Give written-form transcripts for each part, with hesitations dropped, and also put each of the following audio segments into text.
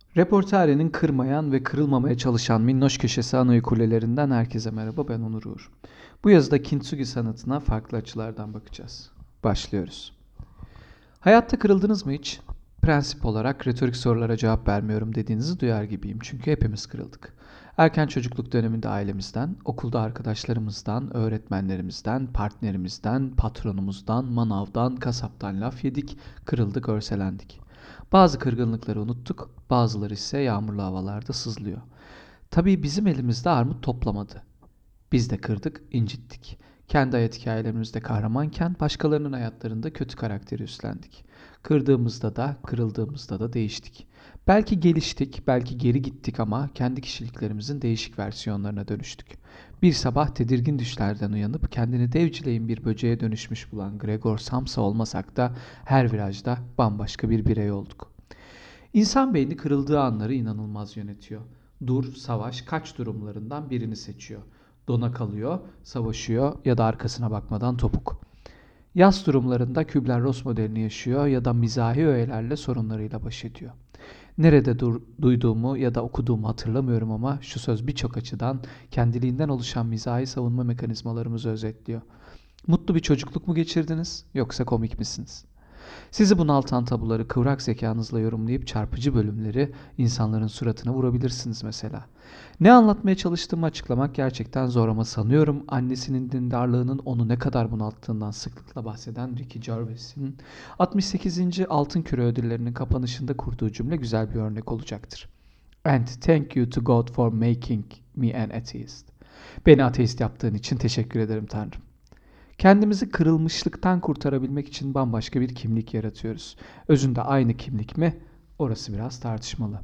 Reportarenin kırmayan ve kırılmamaya çalışan minnoş köşesi ana kulelerinden herkese merhaba, ben Onur Uğur. Bu yazıda Kintsugi sanatına farklı açılardan bakacağız. Başlıyoruz. Hayatta kırıldınız mı hiç? Prensip olarak retorik sorulara cevap vermiyorum dediğinizi duyar gibiyim çünkü hepimiz kırıldık. Erken çocukluk döneminde ailemizden, okulda arkadaşlarımızdan, öğretmenlerimizden, partnerimizden, patronumuzdan, manavdan, kasaptan laf yedik, kırıldık, örselendik. Bazı kırgınlıkları unuttuk, bazıları ise yağmurlu havalarda sızlıyor. Tabii bizim elimizde armut toplamadı. Biz de kırdık, incittik. Kendi hayat hikayelerimizde kahramanken başkalarının hayatlarında kötü karakteri üstlendik. Kırdığımızda da, kırıldığımızda da değiştik. Belki geliştik, belki geri gittik ama kendi kişiliklerimizin değişik versiyonlarına dönüştük. Bir sabah tedirgin düşlerden uyanıp kendini devcileyin bir böceğe dönüşmüş bulan Gregor Samsa olmasak da her virajda bambaşka bir birey olduk. İnsan beyni kırıldığı anları inanılmaz yönetiyor. Dur, savaş, kaç durumlarından birini seçiyor. Dona kalıyor, savaşıyor ya da arkasına bakmadan topuk. Yaz durumlarında Kübler-Ross modelini yaşıyor ya da mizahi öğelerle sorunlarıyla baş ediyor. Nerede duyduğumu ya da okuduğumu hatırlamıyorum ama şu söz birçok açıdan kendiliğinden oluşan mizahi savunma mekanizmalarımızı özetliyor. Mutlu bir çocukluk mu geçirdiniz yoksa komik misiniz? Sizi bunaltan tabuları kıvrak zekanızla yorumlayıp çarpıcı bölümleri insanların suratına vurabilirsiniz mesela. Ne anlatmaya çalıştığımı açıklamak gerçekten zor ama sanıyorum annesinin dindarlığının onu ne kadar bunalttığından sıklıkla bahseden Ricky Gervais'in 68. Altın Küre ödüllerinin kapanışında kurduğu cümle güzel bir örnek olacaktır. And thank you to God for making me an atheist. Beni ateist yaptığın için teşekkür ederim Tanrım. Kendimizi kırılmışlıktan kurtarabilmek için bambaşka bir kimlik yaratıyoruz. Özünde aynı kimlik mi? Orası biraz tartışmalı.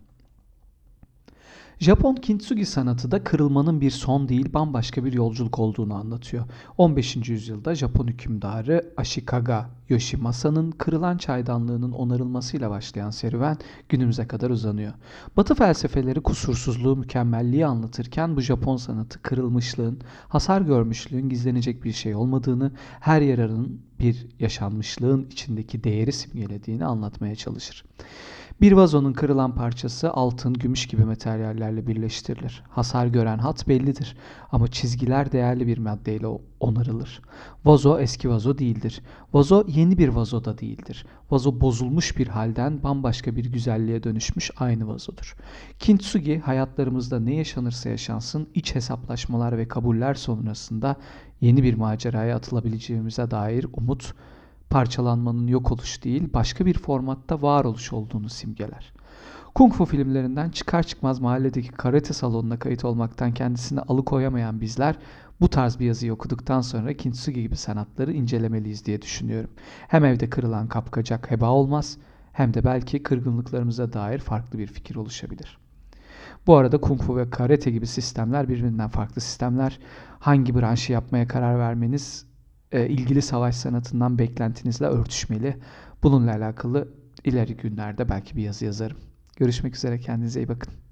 Japon kintsugi sanatı da kırılmanın bir son değil bambaşka bir yolculuk olduğunu anlatıyor. 15. yüzyılda Japon hükümdarı Ashikaga Yoshimasa'nın kırılan çaydanlığının onarılmasıyla başlayan serüven günümüze kadar uzanıyor. Batı felsefeleri kusursuzluğu, mükemmelliği anlatırken bu Japon sanatı kırılmışlığın, hasar görmüşlüğün gizlenecek bir şey olmadığını, her yararın bir yaşanmışlığın içindeki değeri simgelediğini anlatmaya çalışır. Bir vazonun kırılan parçası altın, gümüş gibi materyallerle birleştirilir. Hasar gören hat bellidir ama çizgiler değerli bir maddeyle onarılır. Vazo eski vazo değildir. Vazo yeni bir vazo da değildir. Vazo bozulmuş bir halden bambaşka bir güzelliğe dönüşmüş aynı vazodur. Kintsugi hayatlarımızda ne yaşanırsa yaşansın iç hesaplaşmalar ve kabuller sonrasında yeni bir maceraya atılabileceğimize dair umut, parçalanmanın yok oluş değil, başka bir formatta varoluş olduğunu simgeler. Kung Fu filmlerinden çıkar çıkmaz mahalledeki karate salonuna kayıt olmaktan kendisini alıkoyamayan bizler bu tarz bir yazıyı okuduktan sonra Kintsugi gibi sanatları incelemeliyiz diye düşünüyorum. Hem evde kırılan kapkacak heba olmaz, hem de belki kırgınlıklarımıza dair farklı bir fikir oluşabilir. Bu arada Kung Fu ve Karate gibi sistemler birbirinden farklı sistemler. Hangi branşı yapmaya karar vermeniz ilgili savaş sanatından beklentinizle örtüşmeli. Bununla alakalı ileri günlerde belki bir yazı yazarım. Görüşmek üzere, kendinize iyi bakın.